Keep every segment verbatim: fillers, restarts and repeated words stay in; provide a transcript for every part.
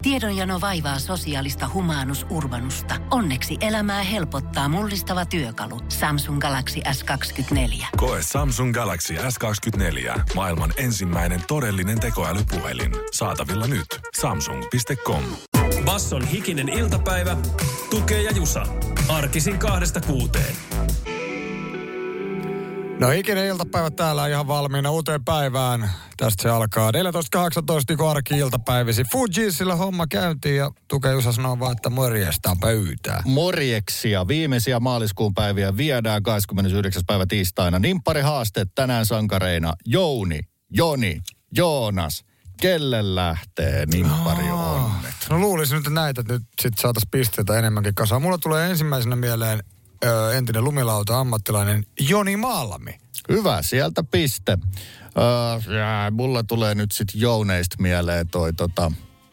Tiedonjano vaivaa sosiaalista humanus urbanusta. Onneksi elämää helpottaa mullistava työkalu. Samsung Galaxy S kaksikymmentäneljä. Koe Samsung Galaxy S kaksikymmentäneljä. Maailman ensimmäinen todellinen tekoälypuhelin. Saatavilla nyt. Samsung piste com. Basson hikinen iltapäivä. Tukee ja Jusa. Arkisin kahdesta kuuteen. No hikinen iltapäivä täällä ihan valmiina uuteen päivään. Tästä se alkaa neljätoista kahdeksantoista kun arki-iltapäivisi. Fujisilla homma käyntiin ja Tuke Jusa sanoo vaan, että morjesta pöytää. Morjeksia. Viimeisiä maaliskuun päiviä viedään kahdeskymmenesyhdeksäs päivä tiistaina. Nimppari haasteet tänään sankareina Jouni, Joni, Joonas. Kelle lähtee nimppari onnet? No luulisin nyt näitä, että nyt sit saatais pisteitä enemmänkin kasaan. Mulla tulee ensimmäisenä mieleen ö, entinen lumilauta-ammattilainen Joni Maalami. Hyvä, sieltä piste. Öö, jää, mulla tulee nyt sit Jouneista mieleen toi tota,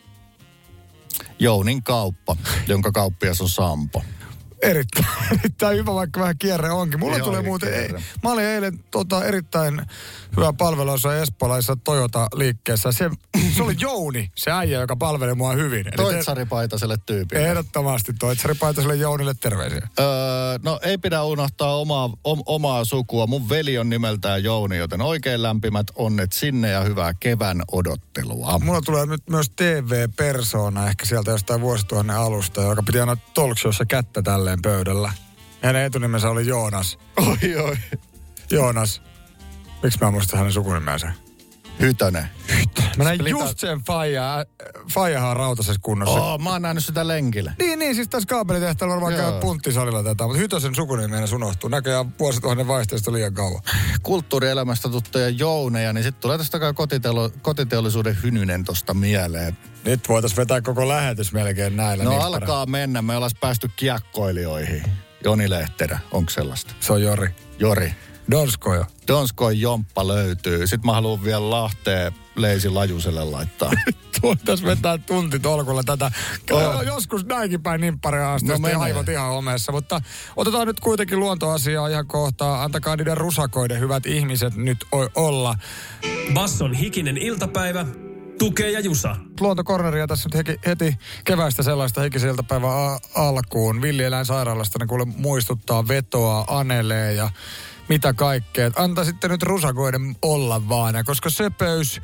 Jounin kauppa, jonka kauppias on Sampo. Erittäin, erittäin hyvä, vaikka vähän kierre onkin. Mulla Joo, tulee muuten, ei, kierre. mä olin eilen tota, erittäin hyvä palveluissa espoolaisessa Toyota-liikkeessä. Se, se oli Jouni, se äijä, joka palveli mua hyvin. Toitsaripaitaselle tyypille. Ehdottomasti Toitsaripaitaselle Jounille terveisiä. Öö, no ei pidä unohtaa omaa, om, omaa sukua. Mun veli on nimeltään Jouni, joten oikein lämpimät onnet sinne ja hyvää kevään odottelua. Mulla tulee nyt myös T V-persoona ehkä sieltä jostain vuosituhannen alusta, joka piti aina talkshowssa kättä tälleen pöydällä. Hänen etunimensä oli Joonas. Oi, oi. Joonas. Miksi mä muistan hänen sukunimeensä? Hytönen. Mä näin Splita- just sen faijaa. Faijahan on rautasessa kunnossa. Oo, mä oon nähnyt sitä lenkillä. Niin, niin, siis tässä kaapelitehtävällä varmaan käy punttisalilla tätä, mutta Hytösen sukunimeen unohtuu. Näköjään vuosituhannen vaihteesta liian kauan. Kulttuurielämästä tuttuja Jouneja, niin sitten tulee tästä kai kotiteolo- kotiteollisuuden Hynynen tosta mieleen. Nyt voitaisiin vetää koko lähetys melkein näillä. No niin alkaa paremmin. mennä, me ollaan päästy kiekkoilijoihin. Joni Lehterä, onko sellaista? Se on Jori. Jori. Donskoja. Donskoin jomppa löytyy. Sitten mä haluan vielä Lahteen Leisi Lajuselle laittaa. Voitaisiin vetää tunti tolkulla tätä. Oh. Joskus näinkin päin nimpparia haasteesta No ja menee. aivot ihan homeessa. Mutta otetaan nyt kuitenkin luontoasiaa ihan kohtaa. Antakaa niiden rusakoiden hyvät ihmiset nyt o- olla. Basson hikinen iltapäivä. Tukee ja Jusa. Luontokorneria tässä nyt heti, heti keväästä sellaista hikisen iltapäivän a- alkuun. Villieläinsairaalasta ne kuule muistuttaa, vetoa, anelee ja mitä kaikkea. Anta sitten nyt rusakoiden olla vaan. Ja koska söpöys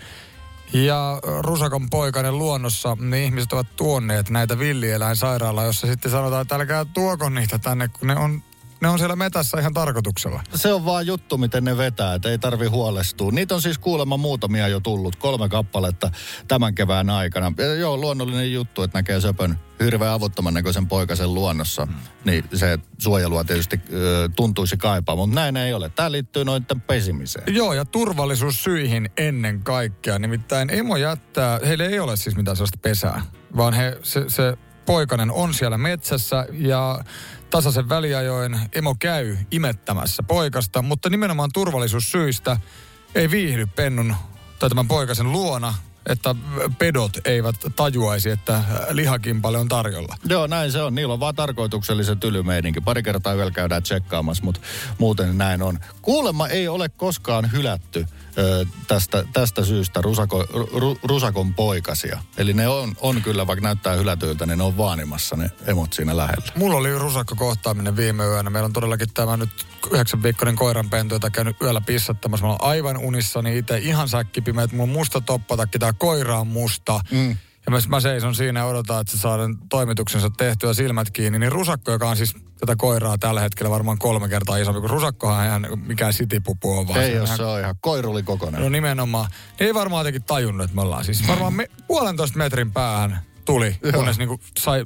ja rusakon poikainen luonnossa, niin ihmiset ovat tuonneet näitä villieläinsairaalaa, jossa sitten sanotaan, että älkää tuoko niitä tänne, kun ne on, ne on siellä metässä ihan tarkoituksella. Se on vaan juttu, miten ne vetää, että ei tarvi huolestua. Niitä on siis kuulemma muutamia jo tullut, kolme kappaletta tämän kevään aikana. Ja joo, luonnollinen juttu, että näkee söpön hirveän avuttoman näköisen poikasen luonnossa. Mm. Niin se suojelua tietysti ö, tuntuisi kaipaa, mutta näin ei ole. Tämä liittyy noiden pesimiseen. Joo, ja turvallisuussyihin ennen kaikkea. Nimittäin emo jättää, heille ei ole siis mitään sellaista pesää, vaan he, se, se poikainen on siellä metsässä ja tasaisen väliajoin emo käy imettämässä poikasta, mutta nimenomaan turvallisuussyistä ei viihdy pennun tai tämän poikasen luona, että pedot eivät tajuaisi, että lihakimpale on tarjolla. Joo, näin se on. Niillä on vaan tarkoituksellisen tylymeininki. Pari kertaa vielä käydään tsekkaamassa, mutta muuten näin on. Kuulemma ei ole koskaan hylätty ö, tästä, tästä syystä rusako, ru, rusakon poikasia. Eli ne on, on kyllä, vaikka näyttää hylätyiltä, niin ne on vaanimassa ne emot siinä lähellä. Mulla oli rusakko kohtaaminen viime yönä. Meillä on todellakin tämä nyt yhdeksän viikkoinen koiranpentu, jota käynyt yöllä pissattamassa. Mä olen aivan unissani itse, ihan säkkipimeät. Mulla on musta toppatakki, tää koira on musta. Mm. Ja mä, mä seison siinä ja odotan, että se saa toimituksensa tehtyä silmät kiinni. Niin rusakko, joka on siis tätä koiraa tällä hetkellä varmaan kolme kertaa isompi, kun rusakkohan ihan mikään sitipupu on vaan. Ei jos ihan, se on ihan koiruli kokoinen. No nimenomaan. Ne ei varmaan jotenkin tajunnut, että me ollaan siis varmaan me, puolentoista metrin päähän tuli, Joo. kunnes niinku sai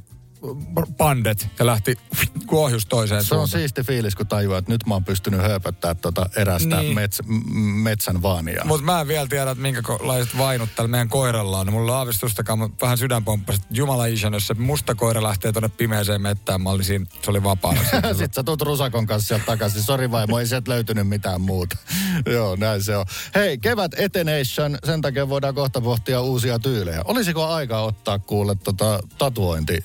pandet ja lähti kuin ohjus toiseen Se suuntaan. on siisti fiilis, kun tajuaa, että nyt mä oon pystynyt hööpöttämään tuota erästä Niin. mets, m- metsän vaaniaa. Mutta mä en vielä tiedä, että minkälaiset vainut tällä meidän koiralla on. Mulla on aavistustakaan, mutta vähän sydänpomppasi. Jumala isän, jos se musta koira lähtee tuonne pimeeseen mettään, mä olin siinä, se oli vapaana. Sitten sä tuut rusakon kanssa sieltä takaisin. Sori vaimo, ei sieltä löytynyt mitään muuta. Joo, näin se on. Hei, kevät etenation, sen takia voidaan kohta pohtia uusia tyylejä. Olisiko aika ottaa kuulle tota tatuointi? Tää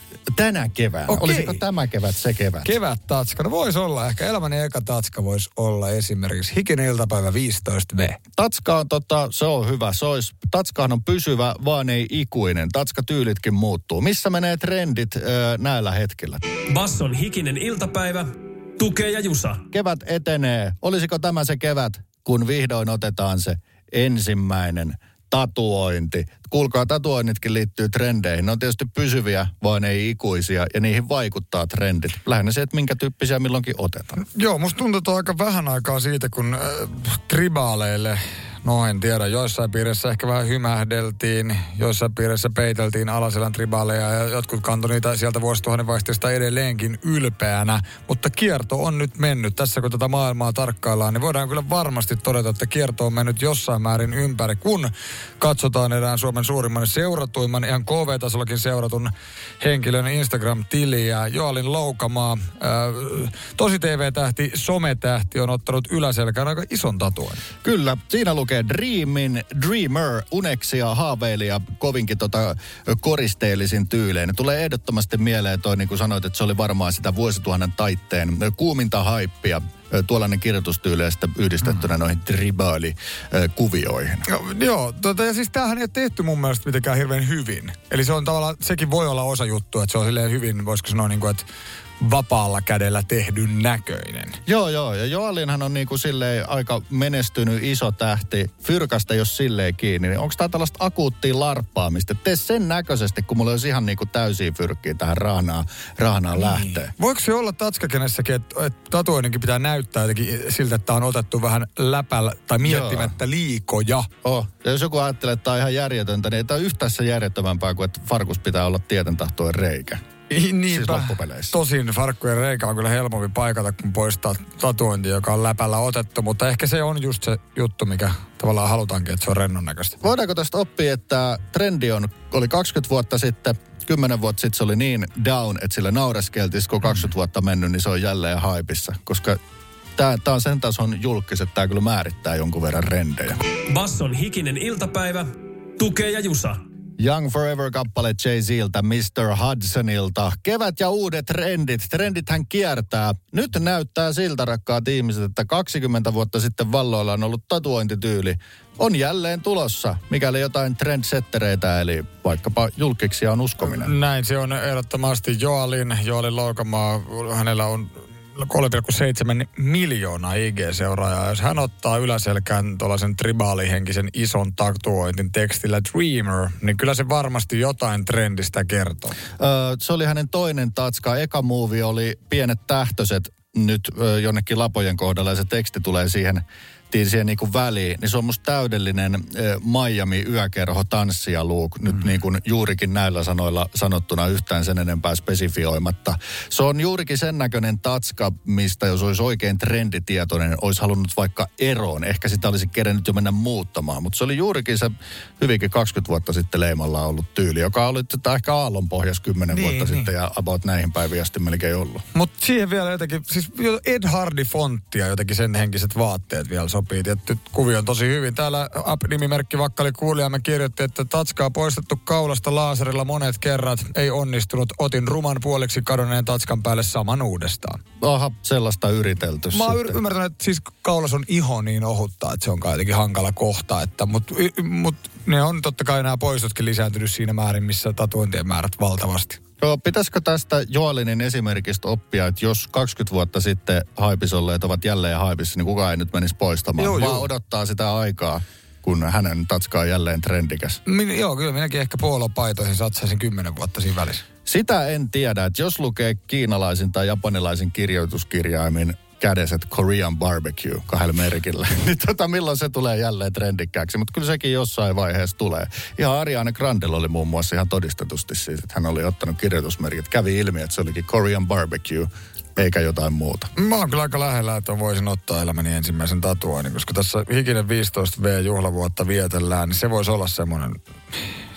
tänä keväänä. Okei. Olisiko tämä kevät se kevät? Kevät tatska. No voisi olla. Ehkä elämäni eka tatska voisi olla esimerkiksi Hikinen iltapäivä viisitoista V. Tatska on tota, se on hyvä. Se olisi, tatskahan on pysyvä, vaan ei ikuinen. Tatska-tyylitkin muuttuu. Missä menee trendit öö, näillä hetkillä? Basson hikinen iltapäivä, Tukee ja Jusa. Kevät etenee. Olisiko tämä se kevät, kun vihdoin otetaan se ensimmäinen tatuointi? Kuulkaa, tatuoinnitkin liittyy trendeihin. Ne on tietysti pysyviä, vaan ei ikuisia, ja niihin vaikuttaa trendit. Lähinnä se, että minkä tyyppisiä milloinkin otetaan. Joo, musta tuntuu, että on aika vähän aikaa siitä, kun äh, tribaaleille, no en tiedä, joissain piirissä ehkä vähän hymähdeltiin, joissain piirissä peiteltiin Alaselän tribaaleja ja jotkut kantoi niitä sieltä vuosituhannen vaihteesta edelleenkin ylpeänä. Mutta kierto on nyt mennyt. Tässä kun tätä maailmaa tarkkaillaan, niin voidaan kyllä varmasti todeta, että kierto on mennyt jossain määrin ympäri, kun katsotaan erään Suomen suurimman seuratuimman, ihan K V-tasollakin seuratun henkilön Instagram-tiliä. Joalin Loukamaa, äh, tosi T V-tähti, sometähti on ottanut yläselkään aika ison tatuoinnin. Kyllä, siinä lukee Dreamin, Dreamer, uneksia, haaveilija, kovinkin tota koristeellisin tyylein. Tulee ehdottomasti mieleen toi, niin kuin sanoit, että se oli varmaan sitä vuosituhannen taitteen kuuminta haippia. Tuollainen kirjoitustyyli ja sitten yhdistettynä mm. noihin tribaali-kuvioihin. No, joo, tota, ja siis tämähän ei ole tehty mun mielestä mitenkään hirveän hyvin. Eli se on tavallaan, sekin voi olla osa juttua, että se on silleen hyvin, voisiko sanoa niin kuin, että vapaalla kädellä tehdyn näköinen. Joo, joo. Ja Joalinhan on niinku silleen aika menestynyt iso tähti. Fyrkasta jos silleen kiinni. Niin onko tää tällaista akuuttia larppaamista? Tee sen näköisesti, kun mulla olisi ihan niinku täysiä fyrkkiä tähän rahnaan, rahnaan niin lähteä. Voiko se olla tatskakenessäkin, että et tatuoinninkin pitää näyttää jotenkin siltä, että on otettu vähän läpällä tai miettimättä joo. liikoja? Oh. Ja jos joku ajattelee, että tämä on ihan järjetöntä, niin ei tämä ole yhtään se järjettömämpää kuin, että farkus pitää olla tieten tahtoen reikä. Niinpä. Siis tosin farkkujen reikä on kyllä helpompi paikata, kun poistaa tatuointi, joka on läpällä otettu. Mutta ehkä se on just se juttu, mikä tavallaan halutaankin, että se on rennon näköistä. Voidaanko tästä oppia, että trendi on, oli kaksikymmentä vuotta sitten, kymmenen vuotta sitten se oli niin down, että sille naureskeltiin, kun kaksikymmentä vuotta mennyt, niin se on jälleen haipissa. Koska tämä on sen tason julkis, että tämä kyllä määrittää jonkun verran rendejä. Basson hikinen iltapäivä, Tukee ja Jusa. Young Forever-kappale Jay-Ziltä, mister Hudsonilta. Kevät ja uudet trendit. Trendithän kiertää. Nyt näyttää siltä, rakkaat ihmiset, että kaksikymmentä vuotta sitten valloilla on ollut tatuointityyli. On jälleen tulossa, mikäli jotain trendsettereitä, eli vaikkapa julkiksia on uskominen. Näin se on ehdottomasti Joalin. Joalin Loukamaa, hänellä on kolme pilkku seitsemän miljoonaa I G-seuraajaa. Jos hän ottaa yläselkään tuollaisen tribaalihenkisen ison tatuointin tekstillä Dreamer, niin kyllä se varmasti jotain trendistä kertoo. Öö, se oli hänen toinen tatska. Eka movie oli Pienet tähtöset nyt öö, jonnekin lapojen kohdalla ja se teksti tulee siihen siihen niin kuin väliin, niin se on musta täydellinen äh, Miami-yökerho tanssijaluuk, nyt mm. niin kuin juurikin näillä sanoilla sanottuna yhtään sen enempää spesifioimatta. Se on juurikin sen näköinen tatska, mistä jos olisi oikein trenditietoinen, olisi halunnut vaikka eroon. Ehkä sitä olisi kerennyt jo mennä muuttamaan, mutta se oli juurikin se hyvinkin kaksikymmentä vuotta sitten leimalla ollut tyyli, joka oli tätä ehkä aallonpohjas kymmenen niin, vuotta niin. sitten ja about näihin päiviin asti melkein ollut. Mutta siihen vielä jotenkin, siis Ed Hardy-fonttia jotenkin sen henkiset vaatteet vielä sopii tietty kuvioon tosi hyvin. Täällä app-nimimerkki Vakkali kuulijamme kirjoitti, että tatskaa poistettu kaulasta laaserilla monet kerrat. Ei onnistunut. Otin ruman puoliksi kadonneen tatskan päälle saman uudestaan. Aha, sellaista yritelty. Mä oon y- ymmärtänyt, että siis kaulas on iho niin ohutta, että se on jotenkin hankala kohta. Että, mut, y- mut ne on totta kai nämä poistotkin lisääntynyt siinä määrin, missä tatuointien määrät valtavasti. Joo, pitäisikö tästä Joalinin esimerkistä oppia, että jos kaksikymmentä vuotta sitten haipisolleet ovat jälleen haipissa, niin kukaan ei nyt menisi poistamaan, joo, vaan joo. odottaa sitä aikaa, kun hänen tatskaa on jälleen trendikäs. Min, joo, kyllä minäkin ehkä poolopaitoihin satsaisin kymmenen vuotta siinä välissä. Sitä en tiedä, että jos lukee kiinalaisin tai japanilaisin kirjoituskirjaimin kädeset Korean barbecue kahdella merkillä, niin tota milloin se tulee jälleen trendikkääksi, mutta kyllä sekin jossain vaiheessa tulee. Ihan Ariana Grandella oli muun muassa ihan todistetusti siitä, että hän oli ottanut kirjoitusmerkit. Kävi ilmi, että se olikin Korean barbecue, eikä jotain muuta. Mä oon kyllä aika lähellä, että voisin ottaa elämäni ensimmäisen tatuoinnin, koska tässä hikinen viisitoista vuotta juhlavuotta vietellään, niin se voisi olla semmoinen,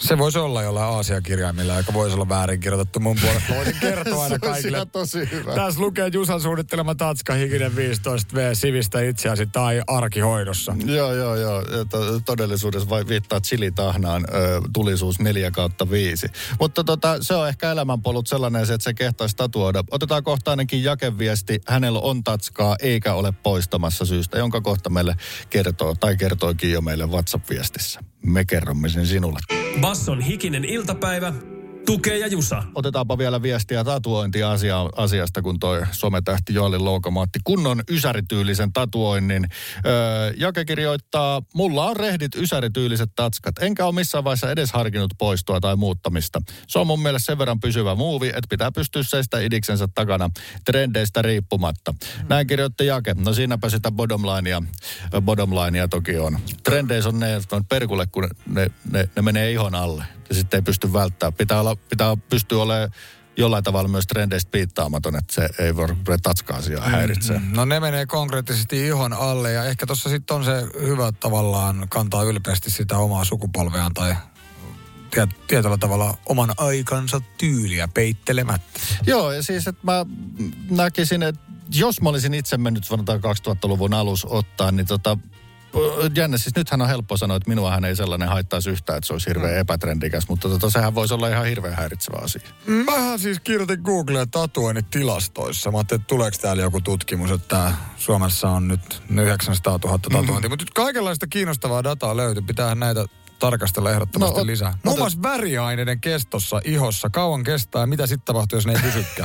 Se voisi olla jollain Aasia-kirjaimilla, joka voisi olla väärin kirjoitettu mun puolesta. Voisin kertoa aina kaikille. Se on tosi hyvä. Tässä lukee Jusan suunnittelema tatska hikinen viisitoista vuotta sivistä itseäsi tai arkihoidossa. Joo, joo, joo. Todellisuudessa vai viittaa chilitahnaan ö, tulisuus neljä kautta viisi. Mutta tota, se on ehkä elämänpolut sellainen, että se kehtaisi tatuoida. Otetaan kohta ainakin jakeviesti. Hänellä on tatskaa eikä ole poistamassa syystä, jonka kohta meille kertoo tai kertoikin jo meille WhatsApp-viestissä. Me kerromme sen sinulle. Basson hikinen iltapäivä. Tukee ja Jusa. Otetaanpa vielä viestiä tatuointiasiasta, kun toi sometähti Joali Loukomaatti kunnon ysärityylisen tatuoinnin. Öö, Jake kirjoittaa, mulla on rehdit ysärityyliset tatskat, enkä ole missään vaiheessa edes harkinnut poistoa tai muuttamista. Se on mun mielestä sen verran pysyvä muuvi, että pitää pystyä seistä idiksensä takana trendeistä riippumatta. Näin kirjoitti Jake. No siinäpä sitä bottomlinea, bottomlinea toki on. Trendeissä on ne, on perkulle, kun ne, ne, ne menee ihon alle. Ja sitten ei pysty välttämään. Pitää, olla, pitää pystyä olemaan jollain tavalla myös trendeistä piittaamaton, että se ei voi tatska-asiaa häiritsee. Mm, no ne menee konkreettisesti ihon alle ja ehkä tuossa sitten on se hyvä tavallaan kantaa ylpeästi sitä omaa sukupolveaan tai tiet, tietyllä tavalla oman aikansa tyyliä peittelemättä. Joo, ja siis että mä näkisin, että jos mä olisin itse mennyt sanotaan kaksituhattaluvun alus ottaa, niin tota jännä, siis nythän on helppo sanoa, että minuahan ei sellainen haittaisi yhtään, että se olisi hirveän epätrendikäs, mutta tota, sehän voisi olla ihan hirveän häiritsevä asia. Mähän siis kirjoitin Googleen tatuoinnit tilastoissa. Mä ajattelin, että tuleeko täällä joku tutkimus, että Suomessa on nyt yhdeksänsataatuhatta tatuointia. Mm. Mutta nyt kaikenlaista kiinnostavaa dataa löytyy. Pitäähän näitä tarkastella ehdottomasti no, lisää. Muun muassa väriaineiden kestossa ihossa. Kauan kestää, mitä sitten tapahtuu, jos ne ei pysykään?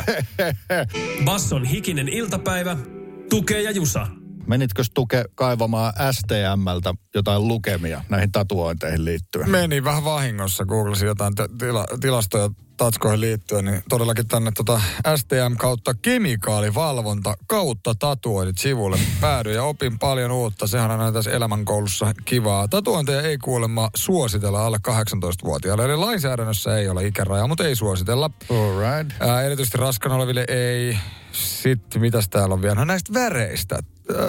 Basson hikinen iltapäivä. Tukee ja Jusa. Menitkö Tuke kaivamaan S T M:ltä jotain lukemia näihin tatuointeihin liittyen? Menin vähän vahingossa, googlasin jotain tila, tilastoja tatskoihin liittyen, niin todellakin tänne tota S T M kautta kemikaalivalvonta kautta tatuoinnit sivulle päädyin ja opin paljon uutta. Sehän on aina tässä elämänkoulussa kivaa. Tatuointeja ei kuulemma suositella alle kahdeksantoistavuotiaille, eli lainsäädännössä ei ole ikärajaa, mutta ei suositella. All right. Ää, erityisesti raskana oleville ei. Sitten mitäs täällä on vielä? No näistä väreistä.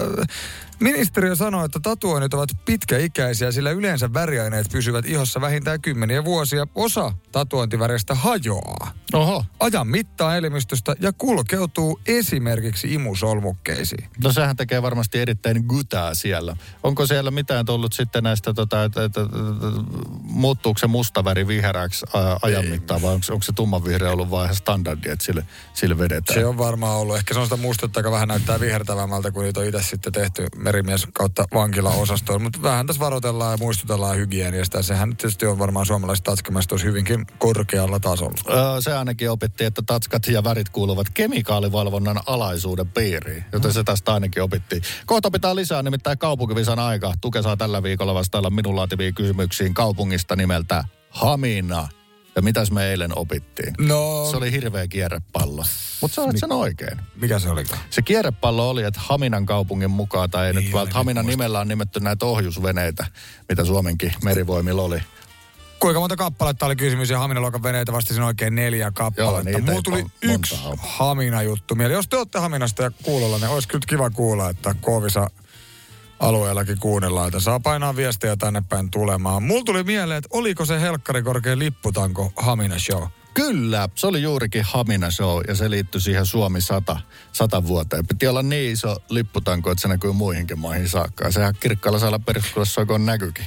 Ministeriö sanoi, että tatuoinnit ovat pitkäikäisiä, sillä yleensä väriaineet pysyvät ihossa vähintään kymmeniä vuosia. Osa tatuointiväristä hajoaa. Oho. Ajan mittaan elimistöstä ja kulkeutuu esimerkiksi imusolmukkeisiin. No sehän tekee varmasti erittäin gutaa siellä. Onko siellä mitään tullut sitten näistä, tota, että, että, että, muuttuuko se musta väri vihreäksi ää, ajan mittaan vai onko, onko se tummanvihreä ollut vaan ihan standardi, että sille, sille vedetään? Se on varmaan ollut. Ehkä se on sitä mustetta, joka vähän näyttää vihertävämmältä, kun niitä on itse sitten tehty merimies kautta vankilaosastoon. Mutta vähän tässä varoitellaan ja muistutellaan hygieniasta. Sehän tietysti on varmaan suomalaiset tatskamaistus hyvinkin korkealla tasolla. Öö, se ainakin opittiin, että tatskat ja värit kuuluvat kemikaalivalvonnan alaisuuden piiriin. Joten se tästä ainakin opittiin. Kohta pitää lisää, nimittäin kaupunkivisan aika. Tuke saa tällä viikolla vastailla minun laativiin kysymyksiin kaupungista nimeltä Hamina. Ja mitäs me eilen opittiin? No. Se oli hirveä kierrepallo. Mutta sä olet sen oikein. Mikä se oli? Se kierrepallo oli, että Haminan kaupungin mukaan, tai ei niin, nyt vaan, Haminan muista. Nimellä on nimetty näitä ohjusveneitä, mitä Suomenkin merivoimilla oli. Kuinka monta kappaletta oli kysymys ja Haminan-luokan veneitä vastasin oikein neljä kappaletta. Joo, mulla tuli yksi Hamina-juttu mieleen. Jos te olette Haminasta ja kuulolla, niin olisi kyllä kiva kuulla, että Koovisa alueellakin kuunnellaan, että saa painaa viestejä tänne päin tulemaan. Mulla tuli mieleen, että oliko se helkkarikorkein lipputanko Hamina Show? Kyllä, se oli juurikin Hamina Show ja se liittyi siihen Suomi sata, sata vuoteen. Piti olla niin iso lipputanko, että se näkyy muihinkin maihin saakka. Sehän Kirkkaalla saalla peruskoulussa oikein näkyykin.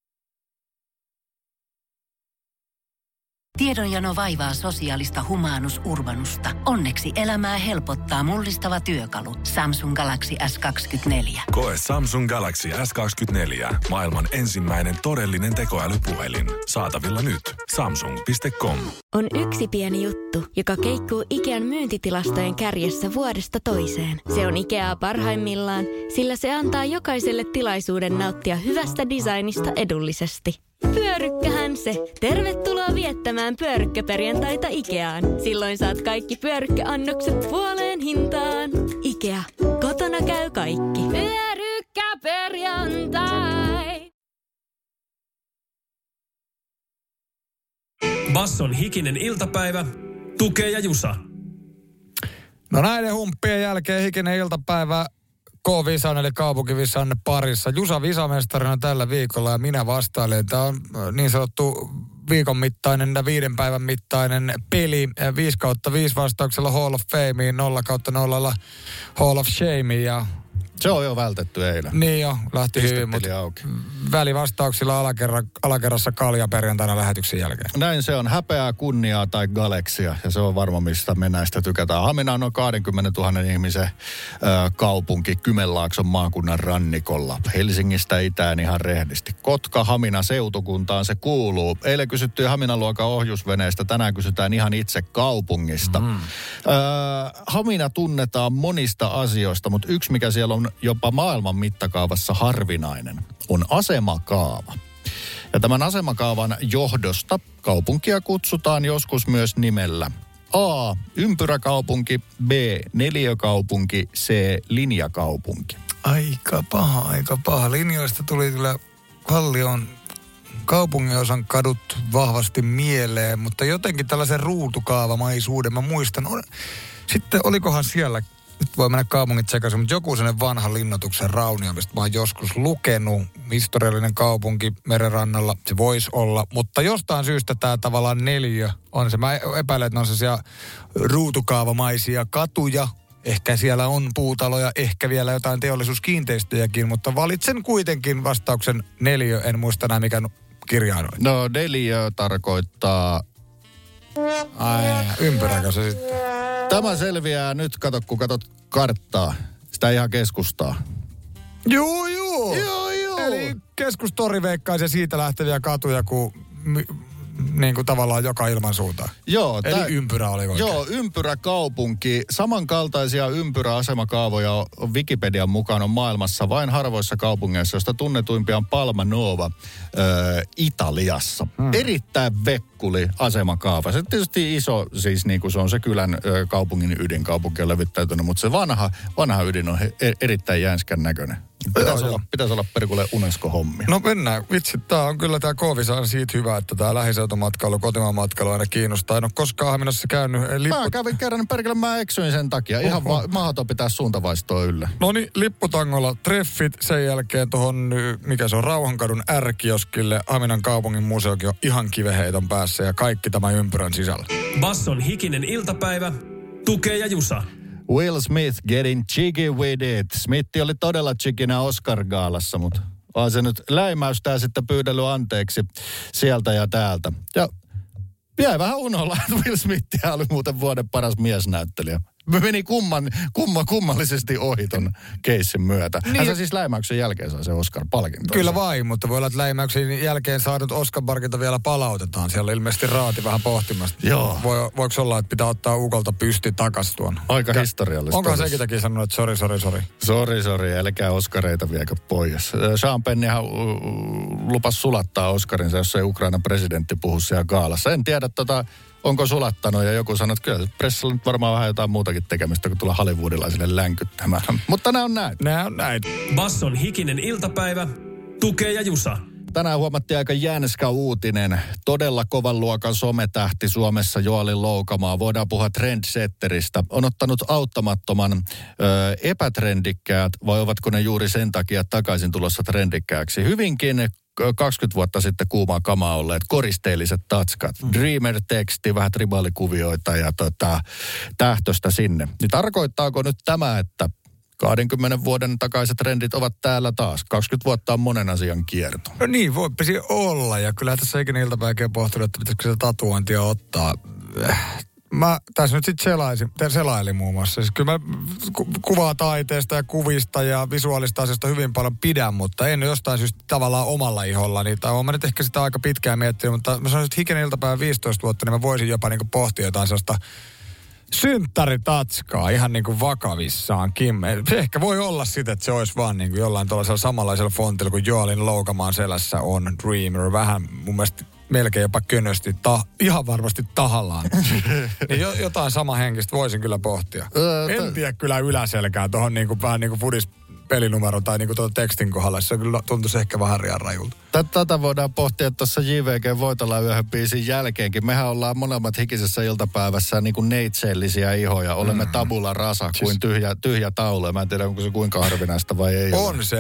Tiedonjano vaivaa sosiaalista humanus urbanusta. Onneksi elämää helpottaa mullistava työkalu. Samsung Galaxy S kaksikymmentäneljä. Koe Samsung Galaxy S kaksikymmentäneljä. Maailman ensimmäinen todellinen tekoälypuhelin. Saatavilla nyt. Samsung piste com. On yksi pieni juttu, joka keikkuu Ikean myyntitilastojen kärjessä vuodesta toiseen. Se on Ikeaa parhaimmillaan, sillä se antaa jokaiselle tilaisuuden nauttia hyvästä designista edullisesti. Pyörykkähän se. Tervetuloa viettämään pyörykkäperjantaita Ikeaan. Silloin saat kaikki pyörykkäannokset puoleen hintaan. Ikea. Kotona käy kaikki. Pyörykkäperjantai. Basson hikinen iltapäivä. Tukee ja Jusa. No näiden humppien jälkeen hikinen iltapäivä K-Visan eli kaupunkivisan parissa. Jusa visamestarina tällä viikolla ja minä vastailen. Tämä on niin sanottu viikon mittainen ja viiden päivän mittainen peli. viisi kautta viisi vastauksella Hall of Fameen, nolla kautta nollalla Hall of Shameen ja... Se on jo vältetty eilen. Niin jo, lähti hyvin, mutta välivastauksilla alakerra, alakerrassa kalja perjantaina lähetyksen jälkeen. Näin se on, häpeää, kunniaa tai galeksia, ja se on varma, mistä me näistä tykätään. Hamina on noin kaksikymmentätuhatta ihmisen ö, kaupunki Kymenlaakson maakunnan rannikolla. Helsingistä itään ihan rehdisti. Kotka, Hamina seutukuntaan se kuuluu. Eilen kysyttiin Haminan luokan ohjusveneestä, tänään kysytään ihan itse kaupungista. Mm. Ö, Hamina tunnetaan monista asioista, mutta yksi mikä siellä on jopa maailman mittakaavassa harvinainen, on asemakaava. Ja tämän asemakaavan johdosta kaupunkia kutsutaan joskus myös nimellä A. Ympyräkaupunki, B. Neliökaupunki, C. Linjakaupunki. Aika paha, aika paha. Linjoista tuli kyllä Kallion kaupunginosan kadut vahvasti mieleen, mutta jotenkin tällaisen ruutukaavamaisuuden mä muistan. Sitten olikohan siellä... Nyt voi mennä kaupungit sekaisin, mutta joku sellainen vanha linnoituksen raunio, mistä mä oon joskus lukenut. Historiallinen kaupunki merenrannalla, se voisi olla. Mutta jostain syystä tämä tavallaan neliö on se. Mä epäilen, että ne on sellaisia ruutukaavamaisia katuja. Ehkä siellä on puutaloja, ehkä vielä jotain teollisuuskiinteistöjäkin, mutta valitsen kuitenkin vastauksen neliö. En muista enää mikä kirjain on. No neliö tarkoittaa... Ai, ympyräkö se sitten? Tämä selviää nyt, kato, kun katot karttaa. Sitä ihan keskustaa. Joo, joo. Joo, joo. Eli keskustori veikkaisi siitä lähteviä katuja, kun niin kuin tavallaan joka ilman suuntaan. Joo. Eli tä, ympyrä oli oikein. Joo, ympyräkaupunki. Samankaltaisia ympyräasemakaavoja on Wikipedian mukaan on maailmassa vain harvoissa kaupungeissa, joista tunnetuimpia on Palma Nova ö, Italiassa. Hmm. Erittäin vekkuli asemakaava. Se tietysti iso, siis niin kuin se on se kylän ö, kaupungin ydinkaupunki on levittäytynyt, mutta se vanha, vanha ydin on he, erittäin jänskän näköinen. Pitäisi olla, pitäisi olla perkulle UNESCO-hommia. No mennään. Vitsi, tää on kyllä tää Koovisa on siitä hyvä, että tää lähiseutumatkailu, kotimaan matkailu aina kiinnostaa. En ole koskaan Haminassa käynyt. Lippu... Mä kävin kerran, perkele mä eksyin sen takia. Oho. Ihan va- mahdoton pitää suuntavaistoa yllä. No niin, Lipputangolla treffit, sen jälkeen tuohon, mikä se on, Rauhankadun R-kioskille. Haminan kaupungin museokin on ihan kiveheiton päässä ja kaikki tämän ympyrän sisällä. Basson hikinen iltapäivä, Tukee ja Jusa. Will Smith getting jiggy with it. Smith oli todella jigginä Oscar-gaalassa, mutta on se nyt läimäystää sitten pyydellyt anteeksi sieltä ja täältä. Ja jäi vähän unolla, että Will Smith oli muuten vuoden paras miesnäyttelijä. Meni kumman, kumma, kummallisesti ohi ton keissin myötä. Niin. Hän siis läimäyksen jälkeen saa se Oscar-palkinto. Kyllä vain, mutta voi olla, että läimäyksen jälkeen saadut Oscar-palkinto vielä palautetaan. Siellä ilmeisesti raati vähän pohtimasta. Joo. Voi, voiko olla, että pitää ottaa ukolta pysti takas tuon? Aika Kä- historiallista. Onkohan sekin takia sanonut, että sori, sori, sori? Sori, sori, älkää Oscareita viekö pois. Sean Pennihan lupas sulattaa Oscarinsa, jos ei Ukrainan presidentti puhu siellä gaalassa. En tiedä tota... Onko sulattanut ja joku sanoo, että kyllä pressalla nyt varmaan vähän jotain muutakin tekemistä, kun tulee hollywoodilaisille länkyttämään. Mutta nämä on näin. Nämä on näin. Basson hikinen iltapäivä, Tukee ja Jusa. Tänään huomattiin aika jänskä uutinen. Todella kovan luokan sometähti Suomessa Joali Loukamaa. Voidaan puhua trendsetteristä. On ottanut auttamattoman ö, epätrendikkäät, vai ovatko ne juuri sen takia takaisin tulossa trendikkääksi? Hyvinkin kaksikymmentä vuotta sitten kuumaa kamaa olleet koristeelliset tatskat. Mm. Dreamer-teksti, vähän tribaalikuvioita ja tota, tähtöstä sinne. Niin tarkoittaako nyt tämä, että kahdenkymmenen vuoden takaiset trendit ovat täällä taas? kaksikymmentä vuotta on monen asian kierto. No niin, voipisi olla. Ja kyllä tässä ikinä iltapäivän pohtunut, että pitäisikö sitä tatuointia ottaa. Mä tässä nyt sitten selaisin, selailin muun muassa. Siis kyllä mä ku, kuvaa taiteesta ja kuvista ja visuaalista asioista hyvin paljon pidän, mutta en jostain syystä tavallaan omalla ihollani. Tai olen mä nyt ehkä sitä aika pitkään miettinyt, mutta mä sanoisin, että hikinen iltapäivän viisitoista vuotta, niin mä voisin jopa niinku pohtia jotain sellaista synttäritatskaa ihan niinku vakavissaankin. Se ehkä voi olla sitä, että se olisi vaan niinku jollain tuollaisella samanlaisella fontilla kuin Joalin Loukamaan selässä on Dreamer. Vähän mun mielestä melkein jopa könösti, ta, ihan varmasti tahallaan. Niin jo, jotain samahenkistä voisin kyllä pohtia. En tiedä kyllä yläselkää tuohon niinku, vähän niin kuin fudis pelinumero tai niinku tuon tekstin kohdalla. Se kyllä tuntuisi ehkä vähän rian rajulta. Tätä voidaan pohtia tuossa J V G Voitolla yöhön biisin jälkeenkin. Mehän ollaan molemmat hikisessä iltapäivässä niin kuin neitseellisiä ihoja. Olemme tabula rasa kuin tyhjä, tyhjä taulu. Mä en tiedä, onko se kuinka harvinaista vai ei On ole. se.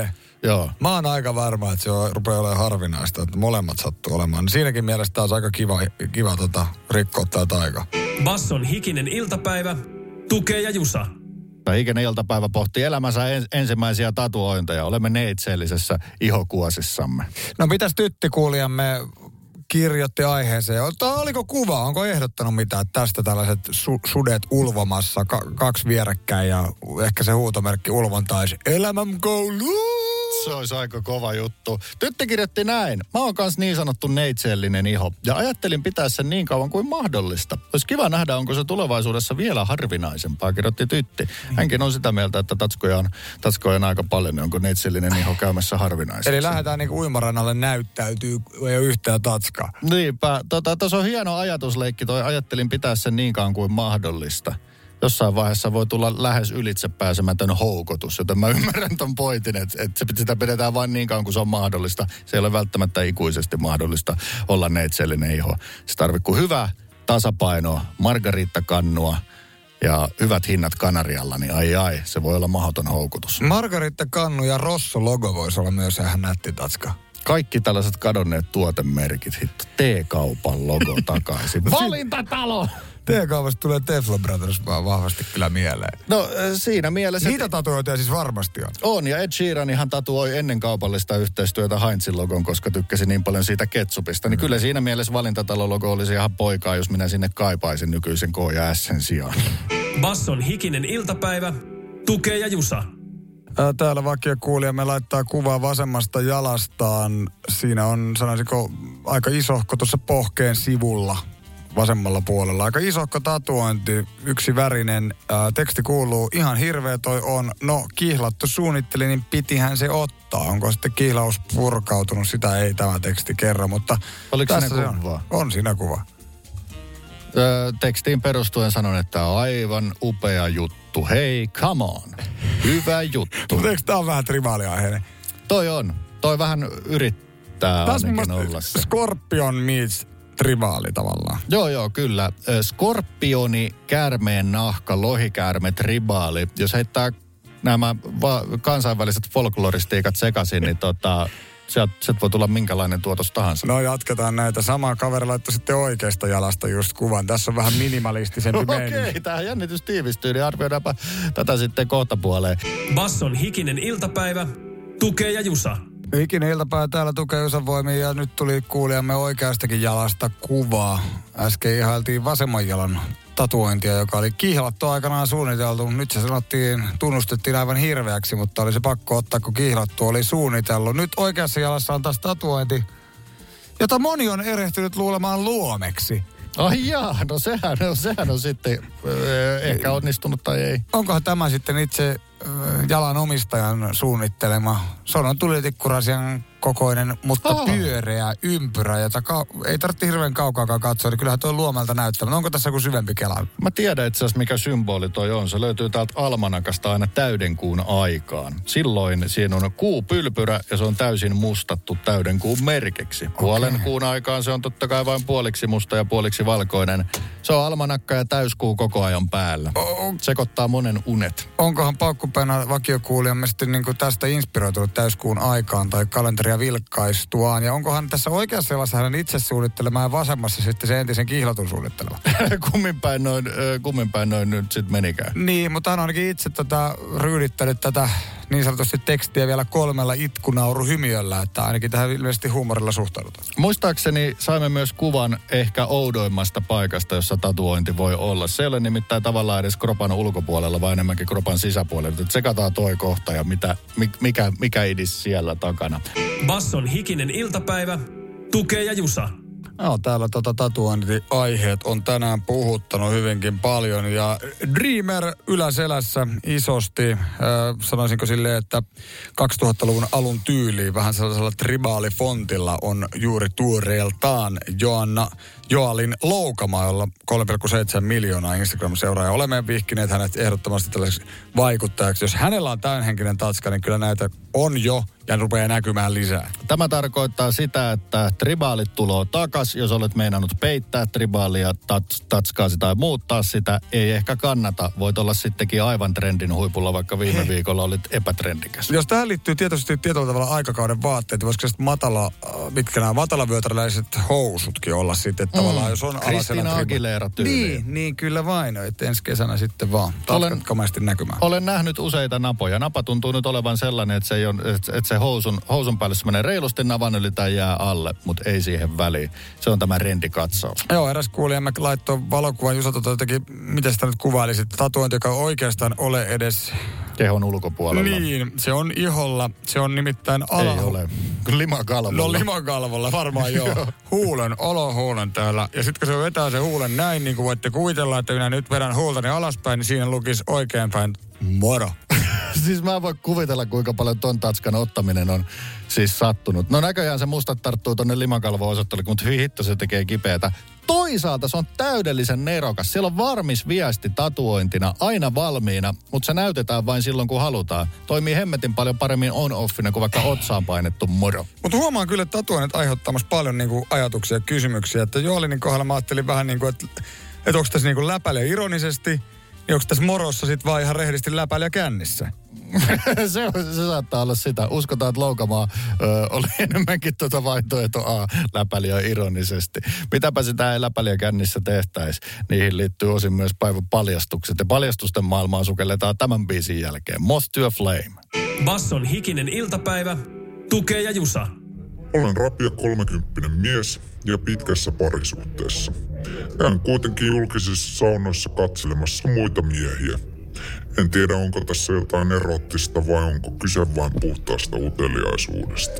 Joo. Mä oon aika varma, että se on, rupeaa olemaan harvinaista, että molemmat sattuu olemaan. Siinäkin mielessä taas aika kiva, kiva tota, rikkoa tätä aikaa. Basson hikinen iltapäivä. Tukee ja Jusa. Hikinen iltapäivä pohtii elämänsä en, ensimmäisiä tatuointeja. Olemme neitseellisessä ihokuosissamme. No mitäs tyttikuulijamme kirjoitti aiheeseen? Ota, oliko kuva? Onko ehdottanut mitään tästä tällaiset su- sudet ulvomassa, ka- kaksi vierekkäin ja ehkä se huutomerkki ulvontaisi elämän koulu? Se olisi aika kova juttu. Tyttö kirjoitti näin. Mä oon kans niin sanottu neitseellinen iho. Ja ajattelin pitää sen niin kauan kuin mahdollista. Olisi kiva nähdä, onko se tulevaisuudessa vielä harvinaisempaa, kirjoitti tytti. Hänkin on sitä mieltä, että tatskoja on, tatskoja on aika paljon, niin onko neitseellinen iho käymässä harvinaiseksi. Eli lähdetään niin kuin uimarannalle näyttäytyy, ei ole yhtään tatskaa. Niinpä. Tota, tuossa on hieno ajatusleikki. Toi ajattelin pitää sen niin kauan kuin mahdollista. Jossain vaiheessa voi tulla lähes ylitse pääsemätön houkotus, joten mä ymmärrän ton pointin, että, että sitä pidetään vain niin kauan kuin se on mahdollista. Se ei ole välttämättä ikuisesti mahdollista olla neitseellinen iho. Se tarvitsee kuin hyvää tasapainoa, margarittakannua ja hyvät hinnat Kanarialla, niin ai ai, se voi olla mahdoton houkutus. Margarittakannu ja Rosso-logo voisi olla myös ihan nätti tatska. Kaikki tällaiset kadonneet tuotemerkit, hitto, T-kaupan logo takaisin. Valintatalo! T-kaupasta tulee Teflon Brothers vaan vahvasti kyllä mieleen. No siinä mielessä... Niitä tatuointeja siis varmasti on. On, ja Ed Sheeran ihan tatuoi ennen kaupallista yhteistyötä Heinzin logon, koska tykkäsi niin paljon siitä ketsupista. Niin mm. kyllä siinä mielessä valintatalo-logo olisi ihan poikaa, jos minä sinne kaipaisin nykyisen K ja S:n sijaan. Basson hikinen iltapäivä. Tukee ja Jusa. Täällä vakiokuulijamme laittaa kuvaa vasemmasta jalastaan. Siinä on, sanoisinko, aika isohko tuossa pohkeen sivulla vasemmalla puolella. Aika isohko tatuointi, yksi värinen. Ää, teksti kuuluu, ihan hirveä toi on. No, kihlattu suunnitteli, niin pitihän se ottaa. Onko sitten kihlaus purkautunut? Sitä ei tämä teksti kerro, mutta... Oliko tässä siinä on. kuva? On siinä kuva. Öö, tekstiin perustuen sanon, että on aivan upea juttu. Hei, come on. Hyvä juttu. Mutta eikö tämä on vähän trivaaliaiheinen? Toi on. Toi vähän yrittää Taas ainakin olla se. Scorpion meets trivaali tavallaan. Joo, joo, kyllä. Skorpioni, käärmeen nahka, lohikäärme, tribaali. Jos heittää nämä va- kansainväliset folkloristiikat sekaisin, niin tota... Sieltä sielt voi tulla minkälainen tuotos tahansa. No jatketaan näitä. Sama kaveri laittoi sitten oikeasta jalasta just kuvan. Tässä on vähän minimalistisempi meininki. Okei, tämä jännitys tiivistyy, niin arvioidaanpa tätä sitten kohta puoleen. Basson hikinen iltapäivä. Tukee ja Jusa. Hikinen iltapäivä täällä Tukee Jusan voimiin ja nyt tuli kuulijamme oikeastakin jalasta kuvaa. Äsken ihailtiin vasemman jalan tatuointia, joka oli kihlattu aikanaan suunniteltu. Nyt se sanottiin, tunnustettiin aivan hirveäksi, mutta oli se pakko ottaa, kun kihlattu oli suunnitellut. Nyt oikeassa jalassa on taas tatuointi, jota moni on erehtynyt luulemaan luomeksi. Ai jaa, no sehän, no sehän on sitten öö, ehkä onnistunut tai ei. Onkohan tämä sitten itse öö, jalan omistajan suunnittelema? Se on tulitikkuraisian kokoinen, mutta Oho. pyöreä ympyrä, jota ka- ei tarvitse hirveän kaukaakaan katsoa, niin kyllähän tuo luomalta näyttää. Onko tässä joku syvempi kela? Mä tiedän itse asiassa, mikä symboli toi on. Se löytyy täältä almanakasta aina täydenkuun aikaan. Silloin siinä on kuupylpyrä ja se on täysin mustattu täydenkuun merkiksi. Puolen okay. kuun aikaan se on totta kai vain puoliksi musta ja puoliksi valkoinen. Se on almanakka ja täyskuu koko ajan päällä. Oh. Sekoittaa monen unet. Onkohan paukkupäänä vakiokuulijamme sitten niin kuin tästä inspiroitunut täyskuun aikaan tai kalenteria vilkkaistuaan? Ja onkohan tässä oikeassa jalassa hänen itse suunnittelemaan ja vasemmassa sitten se entisen kihlatun suunnittelema? kumminpäin noin, kumminpäin noin nyt sitten menikään. Niin, mutta hän on ainakin itse tätä ryydittänyt tätä niin sanotusti tekstiä vielä kolmella itkunauru-hymiöllä, että ainakin tähän ilmeisesti huumorilla suhtaudutaan. Muistaakseni saimme myös kuvan ehkä oudoimmasta paikasta, jossa tatuointi voi olla. Se ei ole nimittäin tavallaan edes kropan ulkopuolella, vaan enemmänkin kropan sisäpuolella. Että tsekataan toi kohta ja mitä, mikä, mikä idis siellä takana. Basson hikinen iltapäivä. Tukee ja Jusa. No, täällä tota tatuointi-aiheet on tänään puhuttanut hyvinkin paljon ja Dreamer yläselässä isosti, äh, sanoisinko silleen, että kaksituhattaluvun alun tyyliin vähän sellaisella tribaalifontilla on juuri tuoreeltaan Joanna Joalin Loukama, jolla kolme pilkku seitsemän miljoonaa Instagram-seuraajaa. Olemme vihkineet hänet ehdottomasti tällaiseksi vaikuttajaksi. Jos hänellä on tämänhenkinen tatska, niin kyllä näitä on jo ja rupeaa näkymään lisää. Tämä tarkoittaa sitä, että tribaalit tuloo takas. Jos olet meinannut peittää tribaalia, tats- tatskaasi tai muuttaa sitä, ei ehkä kannata. Voit olla sittenkin aivan trendin huipulla, vaikka viime Hei. viikolla olit epätrendikäs. Jos tähän liittyy tietysti tietyllä tavalla aikakauden vaatteet, voisiko sitten matala, mitkä nämä matalavyötärläiset housutkin olla sitten, että mm. tavallaan jos on Kristiina Aguilera tyyliin. Niin, niin kyllä vain. Että ensi kesänä sitten vaan tatkatkomaisesti näkymään. Olen nähnyt useita napoja. Napa tuntuu nyt olevan sellainen, että se, ei on, että se housun, housun päälle se menee reilusti navan yli tai jää alle, mutta ei siihen väliin. Se on tämä rendikatsaus. Joo, eräs kuulijamme laittoi valokuvan. Jusa tota jotenkin, miten sitä nyt kuvailisit, tatuointi, joka oikeastaan ole edes kehon ulkopuolella. Niin, se on iholla. Se on nimittäin ala... Ei ole. Limakalvolla. No limakalvolla, varmaan joo. Huulen, olohuulen täällä. Ja sitten kun se vetää se huulen näin, niin kuin voitte kuvitella, että minä nyt vedän huultani alaspäin, niin siinä lukisi oikeinpäin moro. Siis mä en voi kuvitella, kuinka paljon ton tatskan ottaminen on siis sattunut. No näköjään se mustat tarttuu tonne limakalvo-osoitteluun, mutta hyi hitto se tekee kipeätä. Toisaalta se on täydellisen nerokas. Siellä on varmis viesti tatuointina, aina valmiina, mutta se näytetään vain silloin, kun halutaan. Toimii hemmetin paljon paremmin on-offina kuin vaikka otsaan painettu moro. Mutta huomaan kyllä, että tatuoinnit aiheuttamassa paljon niinku ajatuksia ja kysymyksiä. Että Joalinin kohdalla mä ajattelin vähän niin kuin, että, että onko tässä niinku läpäilijä ironisesti, niin onko tässä morossa sitten vaan ihan rehdisti läpäilijä kännissä? se, se saattaa olla sitä. Uskotaan, että Loukamaa ö, oli enemmänkin tuota vaihtoehto A, läpäilijä ironisesti. Mitäpä sitä ei läpäilijä kännissä tehtäisi. Niihin liittyy osin myös päivän paljastukset. Ja paljastusten maailmaa sukelletaan tämän biisin jälkeen. Moth to a Flame. Basson hikinen iltapäivä. Tukee ja Jusa. Olen rapia kolmekymppinen mies ja pitkässä parisuhteessa. Käyn kuitenkin julkisissa saunoissa katselemassa muita miehiä. En tiedä, onko tässä jotain erottista vai onko kyse vain puhtaasta uteliaisuudesta.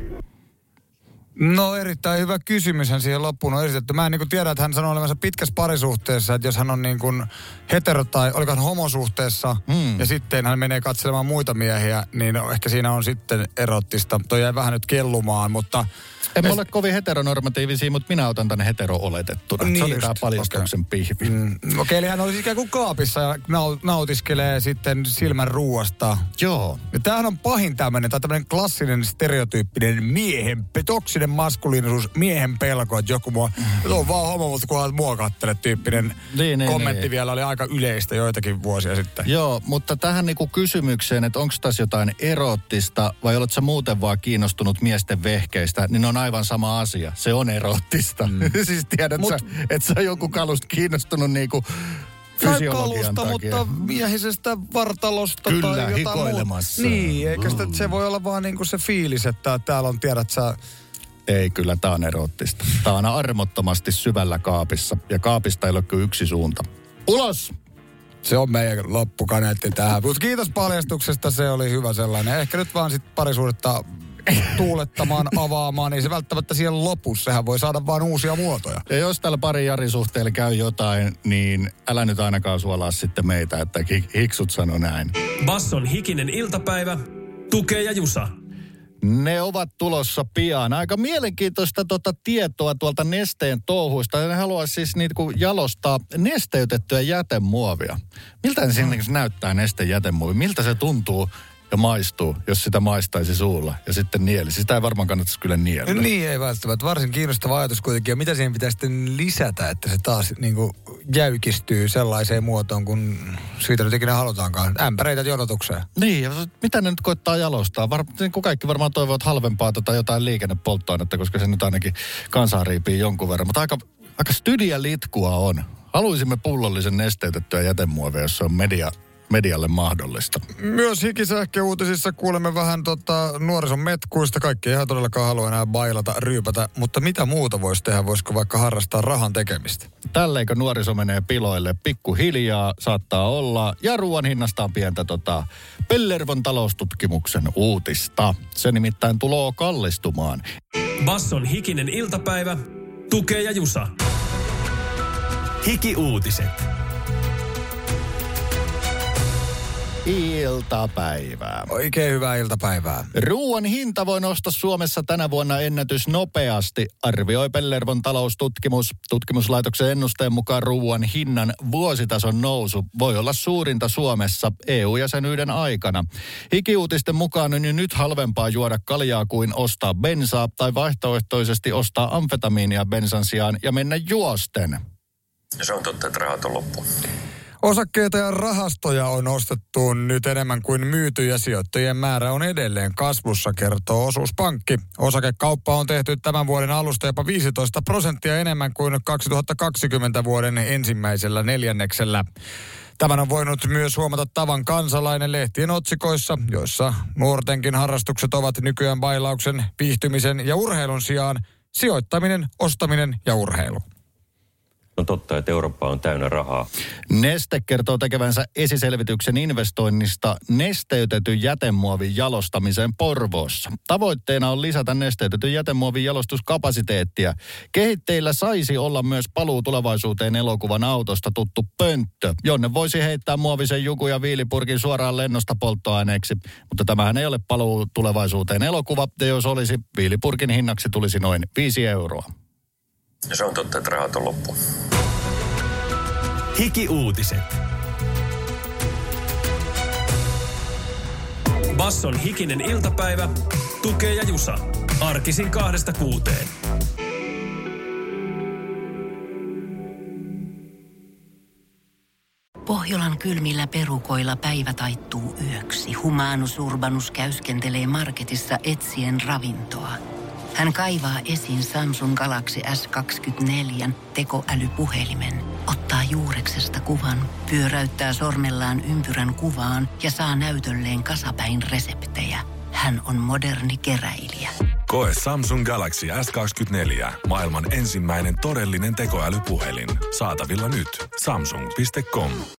No erittäin hyvä kysymyshän siihen loppuun on esitetty. Mä en niin kuin tiedä, että hän sanoo olevansa pitkässä parisuhteessa, että jos hän on niin kuin hetero tai oliko hän homosuhteessa mm. ja sitten hän menee katselemaan muita miehiä, niin ehkä siinä on sitten erottista. Toi jäi vähän nyt kellumaan, mutta... En mä ole kovin heteronormatiivisia, mutta minä otan tänne hetero-oletettuna. Niin se oli tämä paljastuksen okay. pihvi. Mm. Okei, okay, eli hän olisi ikään kuin kaapissa ja nautiskelee sitten silmän ruuasta. Joo. Ja tämähän on pahin tämmöinen, tai tämmöinen klassinen stereotyyppinen miehen, toksinen maskuliinisuus, miehen pelko, että joku mua, mm. on vaan homo, mutta kunhan mua kattele tyyppinen niin, niin, kommentti niin. Vielä oli aika yleistä joitakin vuosia sitten. Joo, mutta tähän niinku kysymykseen, että onko tässä jotain erottista vai oletko sä muuten vaan kiinnostunut miesten vehkeistä, niin on aivan sama asia. Se on erottista. Mm. siis tiedät Mut, sä, että sä oot jonkun kalusta kiinnostunut niinku fysiologian kalusta, takia. Mutta miehisestä vartalosta Kyllä, tai jotain hikoilemassa. Muuta. Niin, eikä sitä, se voi olla vaan niinku se fiilis, että täällä on, tiedät sä... Ei, kyllä tää on erottista. Tää on armottomasti syvällä kaapissa. Ja kaapista ei ole kuin yksi suunta. Ulos! Se on meidän loppukaneetti tähän. Mutta kiitos paljastuksesta, se oli hyvä sellainen. Ehkä nyt vaan sitten parisuudetta tuulettamaan, avaamaan, niin se välttämättä siellä lopussa. Sehän voi saada vaan uusia muotoja. Ja jos tällä pari Jari suhteella käy jotain, niin älä nyt ainakaan suolaa sitten meitä, että hiksut sano näin. Basson hikinen iltapäivä. Tukee ja Jusa. Ne ovat tulossa pian. Aika mielenkiintoista tuota tietoa tuolta Nesteen touhuista. Ne haluaisi siis niitä jalostaa nesteytettyä jätemuovia. Miltä se hmm. näyttää Nesteen jätemuovi? Miltä se tuntuu ja maistuu, jos sitä maistaisi suulla ja sitten nieli? Sitä ei varmaan kannattaisi kyllä niellä. Niin ei välttämättä. Varsin kiinnostava ajatus kuitenkin. Ja mitä siihen pitää sitten lisätä, että se taas niin kuin jäykistyy sellaiseen muotoon, kun siitä nyt ikinä halutaankaan. Ämpäreitä jonotukseen. Niin, ja mitä ne nyt koittaa jalostaa? Var, niin kuin kaikki varmaan toivovat halvempaa tota jotain liikennepolttoainetta, koska se nyt ainakin kansaa riipii jonkun verran. Mutta aika, aika stydiä litkua on. Haluaisimme pullollisen nesteytettyä jätemuovia, jos se on media... medialle mahdollista. Myös hikisähköuutisissa kuulemme vähän tota nuorison metkuista. Kaikki ei ihan todellakaan halua enää bailata, ryypätä, mutta mitä muuta voisi tehdä? Voisiko vaikka harrastaa rahan tekemistä? Tälleikö nuoriso menee piloille? Pikkuhiljaa saattaa olla. Ja ruoan hinnasta on pientä tota Pellervon taloustutkimuksen uutista. Se nimittäin tuloo kallistumaan. Basson hikinen iltapäivä. Tukee ja Jusa. Hiki-uutiset. iltapäivää. Oikein hyvää iltapäivää. Ruuan hinta voi nousta Suomessa tänä vuonna ennätys nopeasti, arvioi Pellervon taloustutkimus. Tutkimuslaitoksen ennusteen mukaan ruuan hinnan vuositason nousu voi olla suurinta Suomessa E U-jäsenyyden aikana. Hikiuutisten mukaan on jo nyt halvempaa juoda kaljaa kuin ostaa bensaa tai vaihtoehtoisesti ostaa amfetamiinia bensan sijaan ja mennä juosten. Se on totta, että rahat on loppu. Osakkeita ja rahastoja on ostettu nyt enemmän kuin myyty ja sijoittajien määrä on edelleen kasvussa, kertoo Osuuspankki. Osakekauppa on tehty tämän vuoden alusta jopa viisitoista prosenttia enemmän kuin kaksituhattakaksikymmentä vuoden ensimmäisellä neljänneksellä. Tämän on voinut myös huomata tavan kansalainen lehtien otsikoissa, joissa nuortenkin harrastukset ovat nykyään bailauksen, viihtymisen ja urheilun sijaan sijoittaminen, ostaminen ja urheilu. On totta, että Eurooppa on täynnä rahaa. Neste kertoo tekevänsä esiselvityksen investoinnista nesteytetyn jätemuovin jalostamiseen Porvoossa. Tavoitteena on lisätä nesteytetyn jätemuovin jalostuskapasiteettia. Kehitteillä saisi olla myös paluu tulevaisuuteen elokuvan autosta tuttu pönttö, jonne voisi heittää muovisen jukun ja viilipurkin suoraan lennosta polttoaineeksi. Mutta tämähän ei ole paluu tulevaisuuteen elokuva, ja jos olisi, viilipurkin hinnaksi tulisi noin viisi euroa. Se on totta, että rahat on loppu. Hiki-uutiset. Basson hikinen iltapäivä. Tukee ja Jusa. Arkisin kahdesta kuuteen. Pohjolan kylmillä perukoilla päivä taittuu yöksi. Humanus Urbanus käyskentelee marketissa etsien ravintoa. Hän kaivaa esiin Samsung Galaxy S kaksikymmentäneljä tekoälypuhelimen, ottaa juureksesta kuvan, pyöräyttää sormellaan ympyrän kuvaan ja saa näytölleen kasapäin reseptejä. Hän on moderni keräilijä. Koe Samsung Galaxy S kaksikymmentäneljä, maailman ensimmäinen todellinen tekoälypuhelin. Saatavilla nyt. Samsung piste com.